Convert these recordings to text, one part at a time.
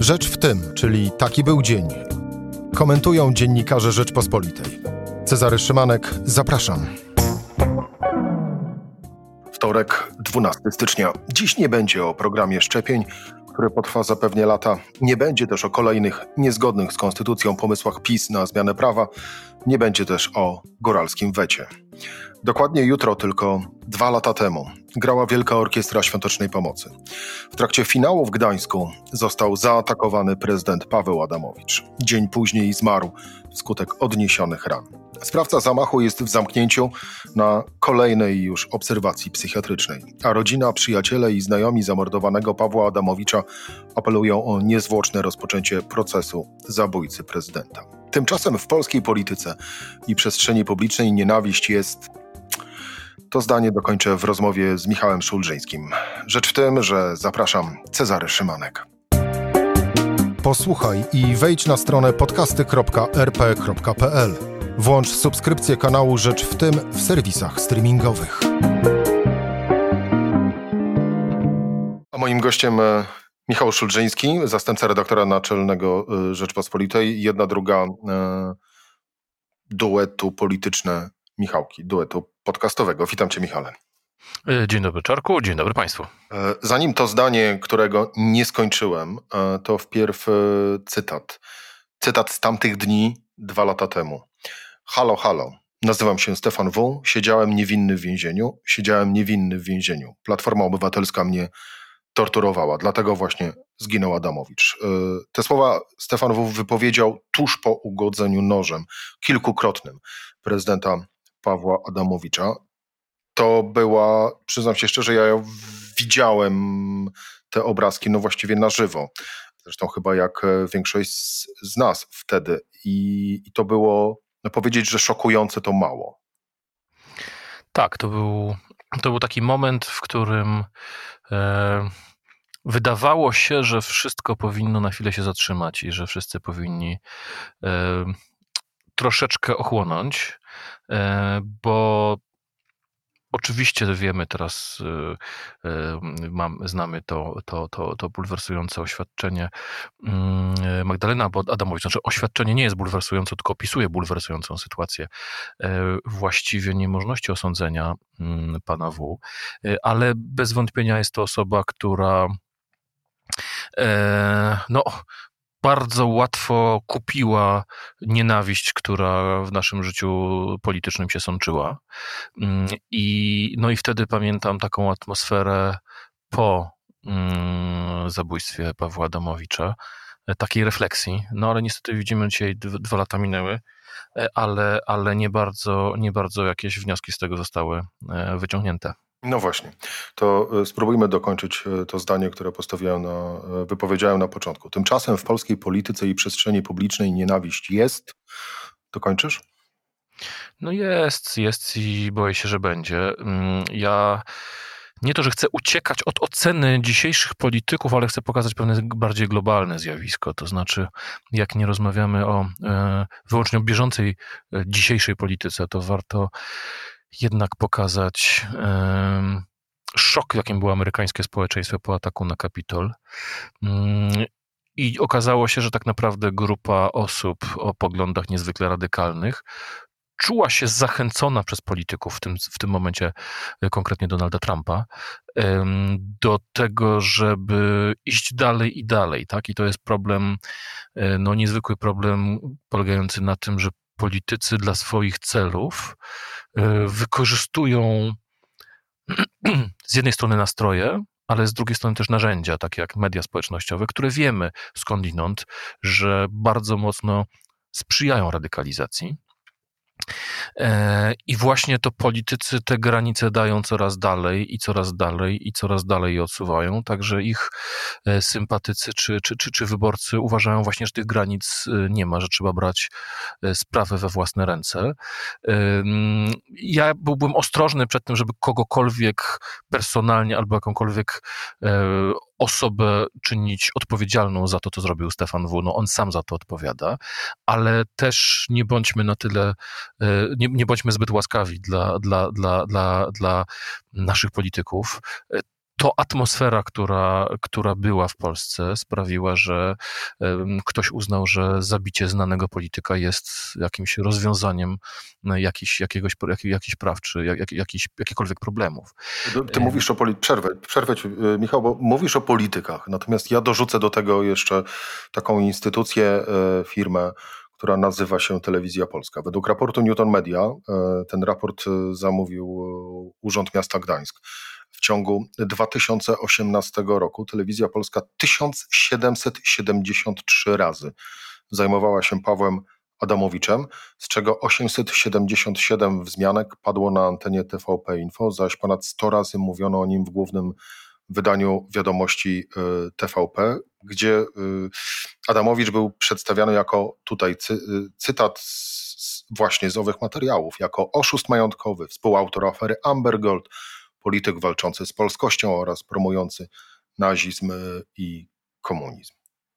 Rzecz w tym, czyli taki był dzień. Komentują dziennikarze Rzeczpospolitej. Cezary Szymanek, zapraszam. Wtorek, 12 stycznia. Dziś nie będzie o programie szczepień, który potrwa zapewne lata. Nie będzie też o kolejnych niezgodnych z konstytucją pomysłach PiS na zmianę prawa. Nie będzie też o góralskim wecie. Dokładnie jutro, tylko 2 lata temu, grała Wielka Orkiestra Świątecznej Pomocy. W trakcie finału w Gdańsku został zaatakowany prezydent Paweł Adamowicz. Dzień później zmarł wskutek odniesionych ran. Sprawca zamachu jest w zamknięciu na kolejnej już obserwacji psychiatrycznej, a rodzina, przyjaciele i znajomi zamordowanego Pawła Adamowicza apelują o niezwłoczne rozpoczęcie procesu zabójcy prezydenta. Tymczasem w polskiej polityce i przestrzeni publicznej nienawiść jest... To zdanie dokończę w rozmowie z Michałem Szulżyńskim. Rzecz w tym, że zapraszam, Cezary Szymanek. Posłuchaj i wejdź na stronę podcasty.rp.pl. Włącz subskrypcję kanału Rzecz w tym w serwisach streamingowych. A moim gościem Michał Szulżyński, zastępca redaktora naczelnego Rzeczpospolitej, jedna druga duetu polityczne Michałki, duetu podcastowego. Witam Cię, Michale. Dzień dobry, Czarku, dzień dobry Państwu. Zanim to zdanie, którego nie skończyłem, to wpierw cytat. Cytat z tamtych dni 2 lata temu. Halo, halo. Nazywam się Stefan W. Siedziałem niewinny w więzieniu. Platforma Obywatelska mnie torturowała, dlatego właśnie zginął Adamowicz. Te słowa Stefan W. wypowiedział tuż po ugodzeniu nożem, kilkukrotnym, prezydenta Pawła Adamowicza. To była, przyznam się szczerze, ja widziałem te obrazki właściwie na żywo. Zresztą chyba jak większość z nas wtedy. I to było, powiedzieć, że szokujące to mało. Tak, to był taki moment, w którym wydawało się, że wszystko powinno na chwilę się zatrzymać i że wszyscy powinni troszeczkę ochłonąć, bo oczywiście wiemy teraz, znamy to bulwersujące oświadczenie Magdaleny Adamowicz. Znaczy oświadczenie nie jest bulwersujące, tylko opisuje bulwersującą sytuację właściwie niemożności osądzenia pana W. Ale bez wątpienia jest to osoba, która bardzo łatwo kupiła nienawiść, która w naszym życiu politycznym się sączyła. I wtedy pamiętam taką atmosferę po zabójstwie Pawła Adamowicza, takiej refleksji. Ale niestety widzimy dzisiaj 2 lata minęły, ale nie bardzo jakieś wnioski z tego zostały wyciągnięte. No właśnie, to spróbujmy dokończyć to zdanie, które wypowiedziałem na początku. Tymczasem w polskiej polityce i przestrzeni publicznej nienawiść jest. Dokończysz? Jest i boję się, że będzie. Ja nie to, że chcę uciekać od oceny dzisiejszych polityków, ale chcę pokazać pewne bardziej globalne zjawisko. To znaczy, jak nie rozmawiamy wyłącznie o bieżącej dzisiejszej polityce, to warto jednak pokazać szok, jakim było amerykańskie społeczeństwo po ataku na Kapitol. I okazało się, że tak naprawdę grupa osób o poglądach niezwykle radykalnych czuła się zachęcona przez polityków, w tym momencie konkretnie Donalda Trumpa, do tego, żeby iść dalej i dalej. Tak? I to jest problem, niezwykły problem polegający na tym, że politycy dla swoich celów wykorzystują z jednej strony nastroje, ale z drugiej strony też narzędzia, takie jak media społecznościowe, które wiemy skądinąd, że bardzo mocno sprzyjają radykalizacji. I właśnie to politycy te granice dają coraz dalej i coraz dalej je odsuwają, także ich sympatycy czy wyborcy uważają właśnie, że tych granic nie ma, że trzeba brać sprawę we własne ręce. Ja byłbym ostrożny przed tym, żeby kogokolwiek personalnie albo jakąkolwiek osobę czynić odpowiedzialną za to, co zrobił Stefan W. On sam za to odpowiada, ale też nie bądźmy na tyle, nie bądźmy zbyt łaskawi dla naszych polityków. to atmosfera, która była w Polsce, sprawiła, że ktoś uznał, że zabicie znanego polityka jest jakimś rozwiązaniem jakichś praw, czy jakichkolwiek problemów. Ty mówisz o przerwę ci, Michał, bo mówisz o politykach, natomiast ja dorzucę do tego jeszcze taką instytucję, firmę, która nazywa się Telewizja Polska. Według raportu Newton Media, ten raport zamówił Urząd Miasta Gdańsk. W ciągu 2018 roku Telewizja Polska 1773 razy zajmowała się Pawłem Adamowiczem, z czego 877 wzmianek padło na antenie TVP Info, zaś ponad 100 razy mówiono o nim w głównym wydaniu wiadomości TVP, gdzie Adamowicz był przedstawiany jako, tutaj cytat właśnie z owych materiałów, jako oszust majątkowy, współautor afery Amber Gold, polityk walczący z polskością oraz promujący nazizm i komunizm.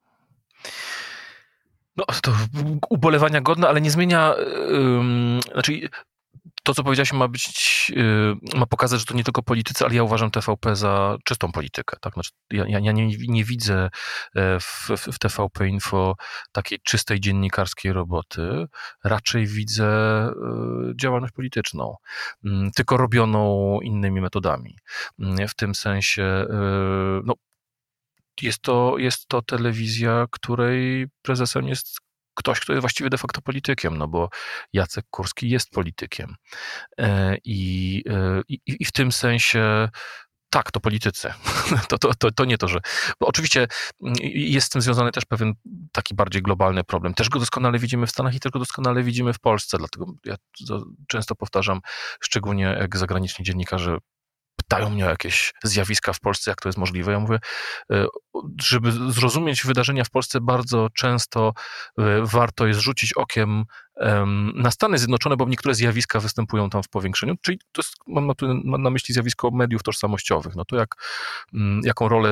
No, to ubolewania godne, ale nie zmienia, znaczy to, co powiedziałeś, ma pokazać, że to nie tylko politycy, ale ja uważam TVP za czystą politykę. Tak? Znaczy, ja nie widzę w TVP Info takiej czystej dziennikarskiej roboty. Raczej widzę działalność polityczną, tylko robioną innymi metodami. W tym sensie, no, jest to telewizja, której prezesem jest ktoś, kto jest właściwie de facto politykiem, no bo Jacek Kurski jest politykiem. I w tym sensie tak, to politycy. To nie to, że... Bo oczywiście jest z tym związany też pewien taki bardziej globalny problem. Też go doskonale widzimy w Stanach i też go doskonale widzimy w Polsce, dlatego ja często powtarzam, szczególnie jak zagraniczni dziennikarze pytają mnie o jakieś zjawiska w Polsce, jak to jest możliwe. Ja mówię, żeby zrozumieć wydarzenia w Polsce, bardzo często warto jest rzucić okiem na Stany Zjednoczone, bo niektóre zjawiska występują tam w powiększeniu, czyli to jest, mam na myśli zjawisko mediów tożsamościowych. No to jaką rolę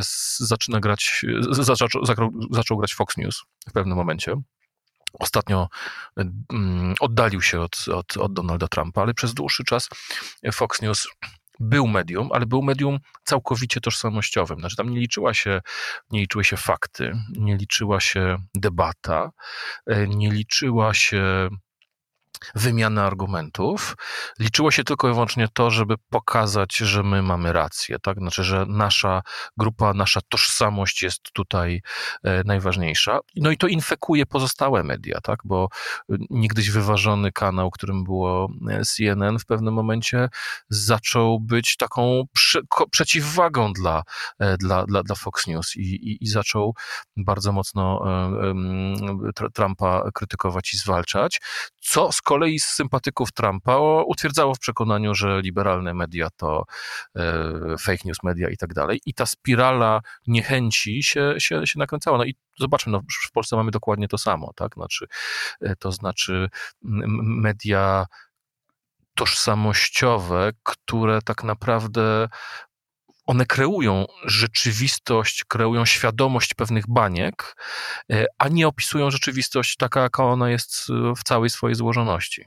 zaczął grać Fox News w pewnym momencie. Ostatnio oddalił się od Donalda Trumpa, ale przez dłuższy czas Fox News był medium, ale był medium całkowicie tożsamościowym. Znaczy tam nie liczyły się fakty, nie liczyła się debata, nie liczyła się wymiana argumentów. Liczyło się tylko i wyłącznie to, żeby pokazać, że my mamy rację, tak? Znaczy, że nasza grupa, nasza tożsamość jest tutaj najważniejsza. No i to infekuje pozostałe media, tak? Bo niegdyś wyważony kanał, którym było CNN, w pewnym momencie zaczął być taką przeciwwagą dla Fox News i zaczął bardzo mocno Trumpa krytykować i zwalczać, co z kolei z sympatyków Trumpa utwierdzało w przekonaniu, że liberalne media to fake news media i tak dalej. I ta spirala niechęci się nakręcała. No i zobaczmy, no, w Polsce mamy dokładnie to samo, tak? To znaczy media tożsamościowe, które tak naprawdę one kreują rzeczywistość, kreują świadomość pewnych baniek, a nie opisują rzeczywistość taka, jaka ona jest w całej swojej złożoności.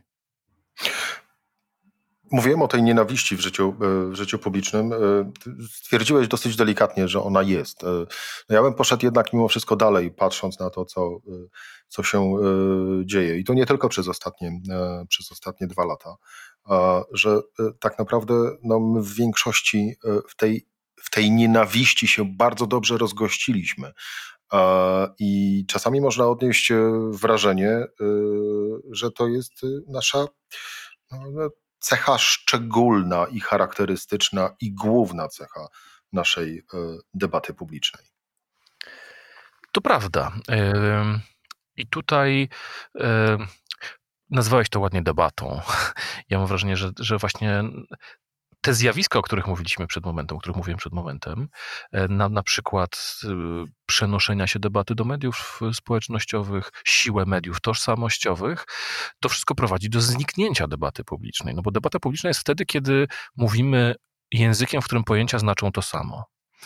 Mówiłem o tej nienawiści w życiu publicznym. Stwierdziłeś dosyć delikatnie, że ona jest. Ja bym poszedł jednak mimo wszystko dalej, patrząc na to, co się dzieje. I to nie tylko przez ostatnie 2 lata. Że tak naprawdę no, my w większości w tej nienawiści się bardzo dobrze rozgościliśmy. I czasami można odnieść wrażenie, że to jest nasza cecha szczególna i charakterystyczna i główna cecha naszej debaty publicznej. To prawda. I tutaj nazwałeś to ładnie debatą. Ja mam wrażenie, że właśnie te zjawiska, o których mówiłem przed momentem, na przykład przenoszenia się debaty do mediów społecznościowych, siłę mediów tożsamościowych, to wszystko prowadzi do zniknięcia debaty publicznej. No bo debata publiczna jest wtedy, kiedy mówimy językiem, w którym pojęcia znaczą to samo,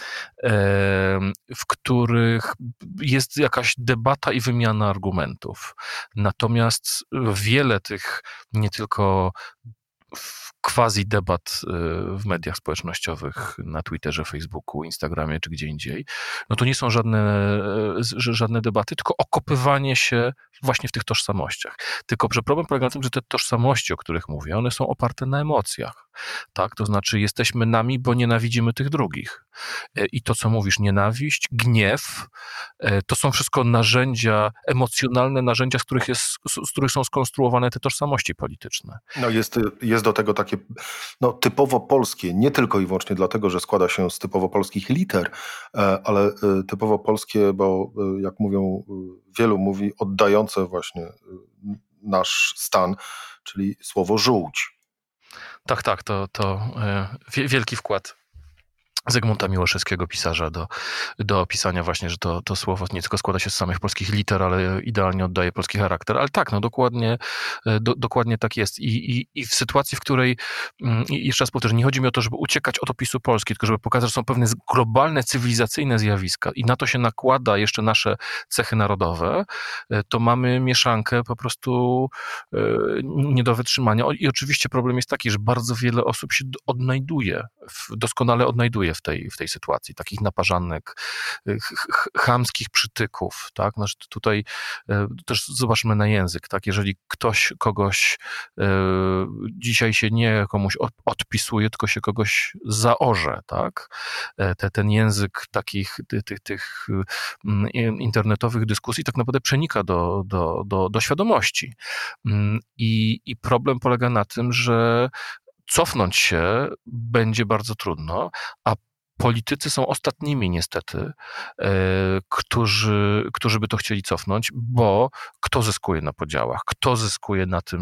w których jest jakaś debata i wymiana argumentów. Natomiast wiele tych nie tylko quasi debat w mediach społecznościowych, na Twitterze, Facebooku, Instagramie czy gdzie indziej, no to nie są żadne debaty, tylko okopywanie się właśnie w tych tożsamościach. Tylko, że problem polega na tym, że te tożsamości, o których mówię, one są oparte na emocjach, tak? To znaczy jesteśmy nami, bo nienawidzimy tych drugich. I to, co mówisz, nienawiść, gniew, to są wszystko narzędzia, emocjonalne narzędzia, z których są skonstruowane te tożsamości polityczne. No jest do tego takie typowo polskie, nie tylko i wyłącznie dlatego, że składa się z typowo polskich liter, ale typowo polskie, bo jak mówią, wielu mówi, oddające właśnie nasz stan, czyli słowo żółć. Tak, to wielki wkład Zygmunta Miłoszewskiego, pisarza, do opisania właśnie, że to słowo nie tylko składa się z samych polskich liter, ale idealnie oddaje polski charakter. Ale tak, no dokładnie tak jest. I w sytuacji, w której, i jeszcze raz powtórzę, nie chodzi mi o to, żeby uciekać od opisu Polski, tylko żeby pokazać, że są pewne globalne, cywilizacyjne zjawiska i na to się nakłada jeszcze nasze cechy narodowe, to mamy mieszankę po prostu nie do wytrzymania. I oczywiście problem jest taki, że bardzo wiele osób się doskonale odnajduje w tej sytuacji, takich naparzanek, chamskich przytyków, tak? Znaczy tutaj też zobaczmy na język, tak? Jeżeli ktoś kogoś dzisiaj się nie komuś odpisuje, tylko się kogoś zaorze, tak? Ten język tych internetowych dyskusji tak naprawdę przenika do świadomości. I problem polega na tym, że cofnąć się będzie bardzo trudno, a politycy są ostatnimi niestety, którzy by to chcieli cofnąć, bo kto zyskuje na podziałach? Kto zyskuje na tym,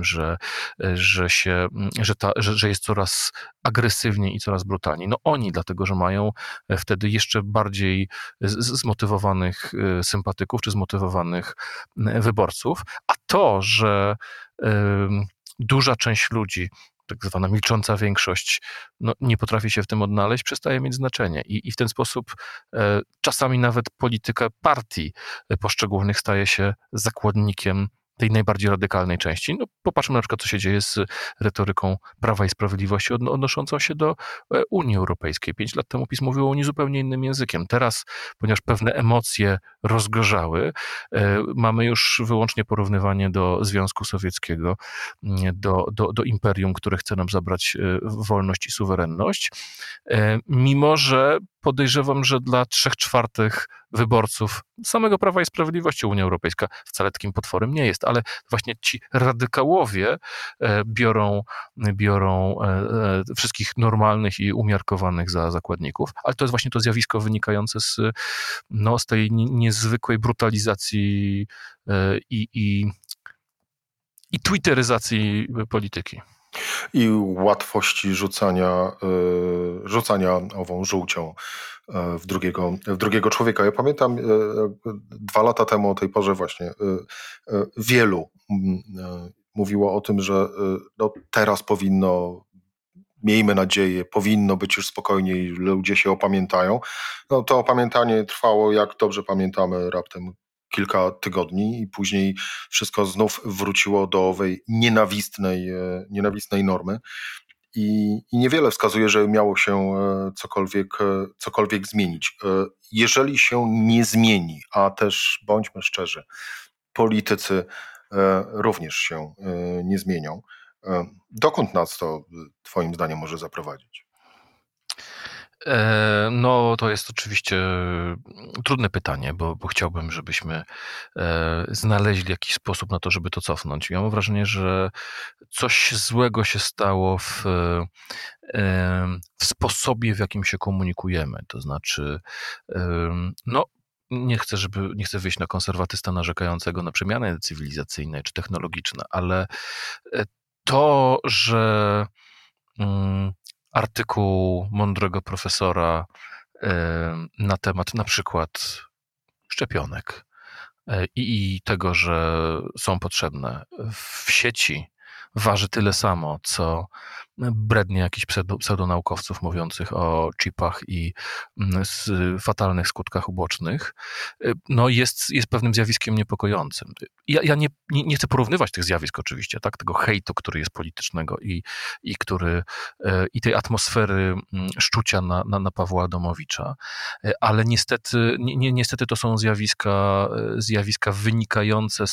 że jest coraz agresywniej i coraz brutalniej? No oni, dlatego że mają wtedy jeszcze bardziej zmotywowanych sympatyków czy zmotywowanych wyborców, a to, że duża część ludzi, tak zwana milcząca większość, nie potrafi się w tym odnaleźć, przestaje mieć znaczenie. I w ten sposób czasami nawet polityka partii poszczególnych staje się zakładnikiem tej najbardziej radykalnej części. Popatrzmy na przykład, co się dzieje z retoryką Prawa i Sprawiedliwości odnoszącą się do Unii Europejskiej. 5 lat temu PiS mówił o Unii zupełnie innym językiem. Teraz, ponieważ pewne emocje rozgorzały, mamy już wyłącznie porównywanie do Związku Sowieckiego, do imperium, które chce nam zabrać wolność i suwerenność, mimo że podejrzewam, że dla 3/4 wyborców samego Prawa i Sprawiedliwości Unia Europejska wcale takim potworem nie jest, ale właśnie ci radykałowie biorą wszystkich normalnych i umiarkowanych za zakładników, ale to jest właśnie to zjawisko wynikające z tej niezwykłej brutalizacji i twitteryzacji polityki. I łatwości rzucania ową żółcią w drugiego człowieka. Ja pamiętam 2 lata temu o tej porze właśnie wielu mówiło o tym, że teraz miejmy nadzieję, powinno być już spokojniej, ludzie się opamiętają. To opamiętanie trwało, jak dobrze pamiętamy, raptem kilka tygodni i później wszystko znów wróciło do owej nienawistnej normy i niewiele wskazuje, że miało się cokolwiek zmienić. Jeżeli się nie zmieni, a też bądźmy szczerzy, politycy również się nie zmienią, dokąd nas to twoim zdaniem może zaprowadzić? To jest oczywiście trudne pytanie, bo chciałbym, żebyśmy znaleźli jakiś sposób na to, żeby to cofnąć. Ja mam wrażenie, że coś złego się stało w sposobie, w jakim się komunikujemy. To znaczy, nie chcę wyjść na konserwatysta narzekającego na przemiany cywilizacyjne czy technologiczne, ale to, że artykuł mądrego profesora na temat na przykład szczepionek i tego, że są potrzebne w sieci, waży tyle samo, co brednie jakichś pseudonaukowców mówiących o chipach i fatalnych skutkach ubocznych, no jest pewnym zjawiskiem niepokojącym. Ja nie chcę porównywać tych zjawisk oczywiście, tak, tego hejtu, który jest politycznego i tej atmosfery szczucia na Pawła Adamowicza, ale niestety to są zjawiska wynikające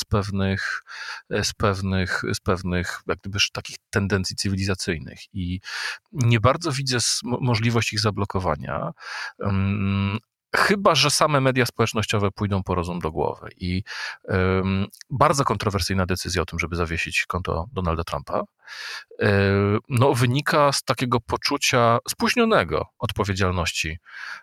z pewnych jak gdybyż takich tendencji cywilizacyjnych i nie bardzo widzę możliwość ich zablokowania. Chyba że same media społecznościowe pójdą po rozum do głowy. I bardzo kontrowersyjna decyzja o tym, żeby zawiesić konto Donalda Trumpa, no, wynika z takiego poczucia spóźnionego odpowiedzialności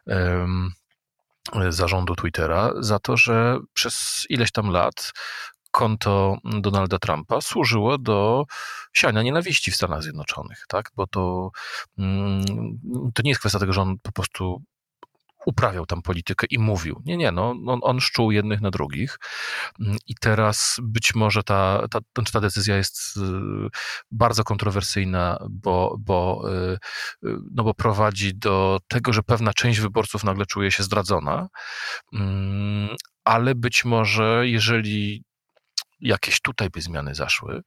zarządu Twittera za to, że przez ileś tam lat konto Donalda Trumpa służyło do siania nienawiści w Stanach Zjednoczonych, tak? Bo to nie jest kwestia tego, że on po prostu uprawiał tam politykę i mówił. Nie, no, on szczuł jednych na drugich i teraz być może ta decyzja jest bardzo kontrowersyjna, bo prowadzi do tego, że pewna część wyborców nagle czuje się zdradzona, ale być może jeżeli jakieś tutaj by zmiany zaszły,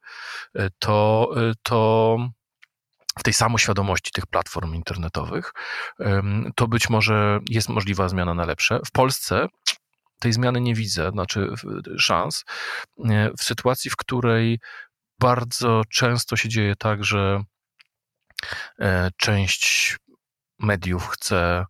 to w tej samoświadomości tych platform internetowych, to być może jest możliwa zmiana na lepsze. W Polsce tej zmiany nie widzę, znaczy szans, w sytuacji, w której bardzo często się dzieje tak, że część mediów chce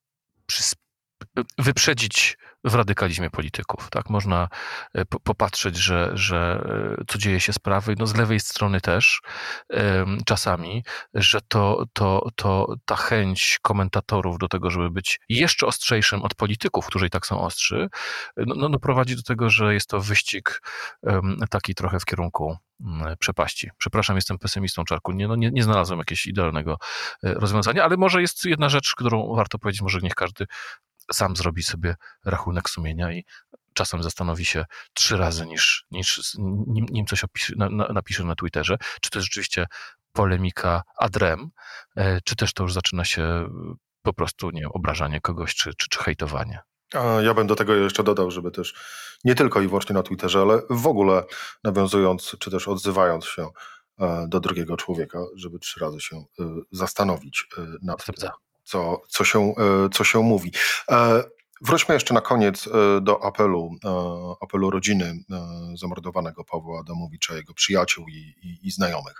wyprzedzić w radykalizmie polityków. Tak? Można popatrzeć, że co dzieje się z prawej, no z lewej strony też czasami, że ta chęć komentatorów do tego, żeby być jeszcze ostrzejszym od polityków, którzy i tak są ostrzy, no prowadzi do tego, że jest to wyścig taki trochę w kierunku przepaści. Przepraszam, jestem pesymistą, Czarku. Nie znalazłem jakiegoś idealnego rozwiązania, ale może jest jedna rzecz, którą warto powiedzieć, może niech każdy sam zrobi sobie rachunek sumienia i czasem zastanowi się 3 razy, nim coś napisze na Twitterze, czy to jest rzeczywiście polemika ad rem, czy też to już zaczyna się po prostu, nie wiem, obrażanie kogoś, czy hejtowanie. Ja bym do tego jeszcze dodał, żeby też nie tylko i wyłącznie na Twitterze, ale w ogóle nawiązując, czy też odzywając się do drugiego człowieka, żeby 3 razy się zastanowić nad tym, co się mówi. Wróćmy jeszcze na koniec do apelu rodziny zamordowanego Pawła Adamowicza, jego przyjaciół i znajomych.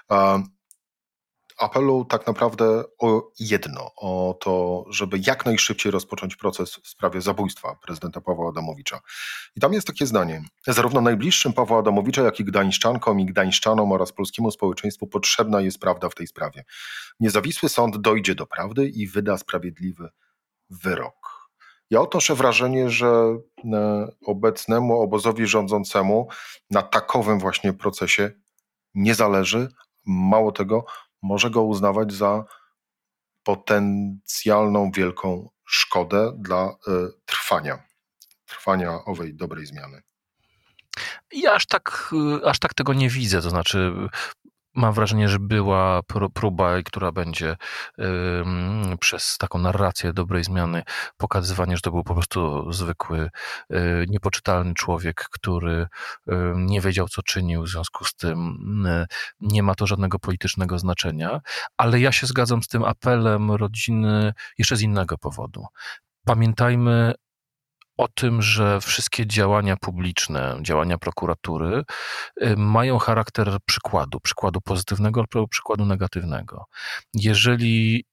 Apelu tak naprawdę o jedno, o to, żeby jak najszybciej rozpocząć proces w sprawie zabójstwa prezydenta Pawła Adamowicza. I tam jest takie zdanie: zarówno najbliższym Pawła Adamowicza, jak i gdańszczankom i gdańszczanom oraz polskiemu społeczeństwu potrzebna jest prawda w tej sprawie. Niezawisły sąd dojdzie do prawdy i wyda sprawiedliwy wyrok. Ja odnoszę wrażenie, że obecnemu obozowi rządzącemu na takowym właśnie procesie nie zależy. Mało tego, może go uznawać za potencjalną wielką szkodę dla trwania owej dobrej zmiany. Ja aż tak tego nie widzę, to znaczy mam wrażenie, że była próba, która będzie przez taką narrację dobrej zmiany pokazywanie, że to był po prostu zwykły, niepoczytalny człowiek, który nie wiedział, co czynił, w związku z tym nie ma to żadnego politycznego znaczenia, ale ja się zgadzam z tym apelem rodziny jeszcze z innego powodu. Pamiętajmy o tym, że wszystkie działania publiczne, działania prokuratury mają charakter przykładu pozytywnego albo przykładu negatywnego. Jeżeli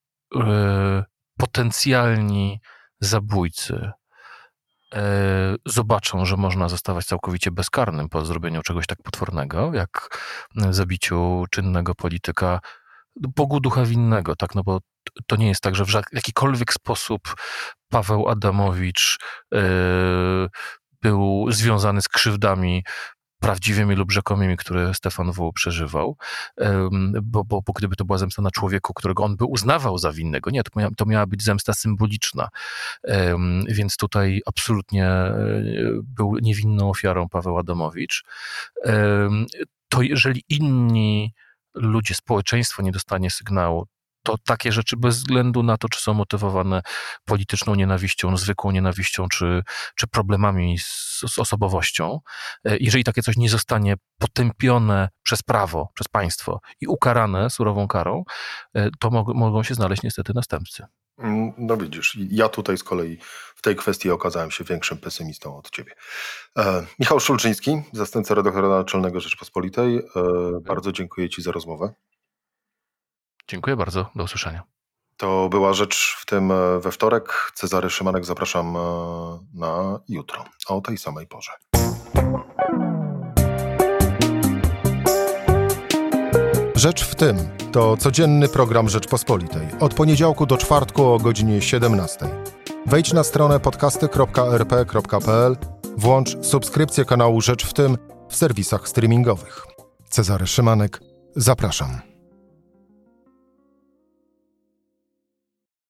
potencjalni zabójcy zobaczą, że można zostawać całkowicie bezkarnym po zrobieniu czegoś tak potwornego, jak zabiciu czynnego polityka, Bogu ducha winnego, tak, no bo to nie jest tak, że w jakikolwiek sposób Paweł Adamowicz był związany z krzywdami prawdziwymi lub rzekomymi, które Stefan W. przeżywał, bo gdyby to była zemsta na człowieku, którego on by uznawał za winnego, nie, to miała być zemsta symboliczna, więc tutaj absolutnie był niewinną ofiarą Paweł Adamowicz. To jeżeli inni ludzie, społeczeństwo nie dostanie sygnału, to takie rzeczy bez względu na to, czy są motywowane polityczną nienawiścią, zwykłą nienawiścią, czy problemami z osobowością, jeżeli takie coś nie zostanie potępione przez prawo, przez państwo i ukarane surową karą, to mogą się znaleźć niestety następcy. No widzisz, ja tutaj z kolei w tej kwestii okazałem się większym pesymistą od ciebie. Michał Szulczyński, zastępca redaktora naczelnego Rzeczpospolitej. Bardzo dziękuję ci za rozmowę. Dziękuję bardzo, do usłyszenia. To była Rzecz w tym we wtorek. Cezary Szymanek, zapraszam na jutro o tej samej porze. Rzecz w tym to codzienny program Rzeczpospolitej. Od poniedziałku do czwartku o godzinie 17. Wejdź na stronę podcasty.rp.pl, włącz subskrypcję kanału Rzecz w tym w serwisach streamingowych. Cezary Szymanek, zapraszam.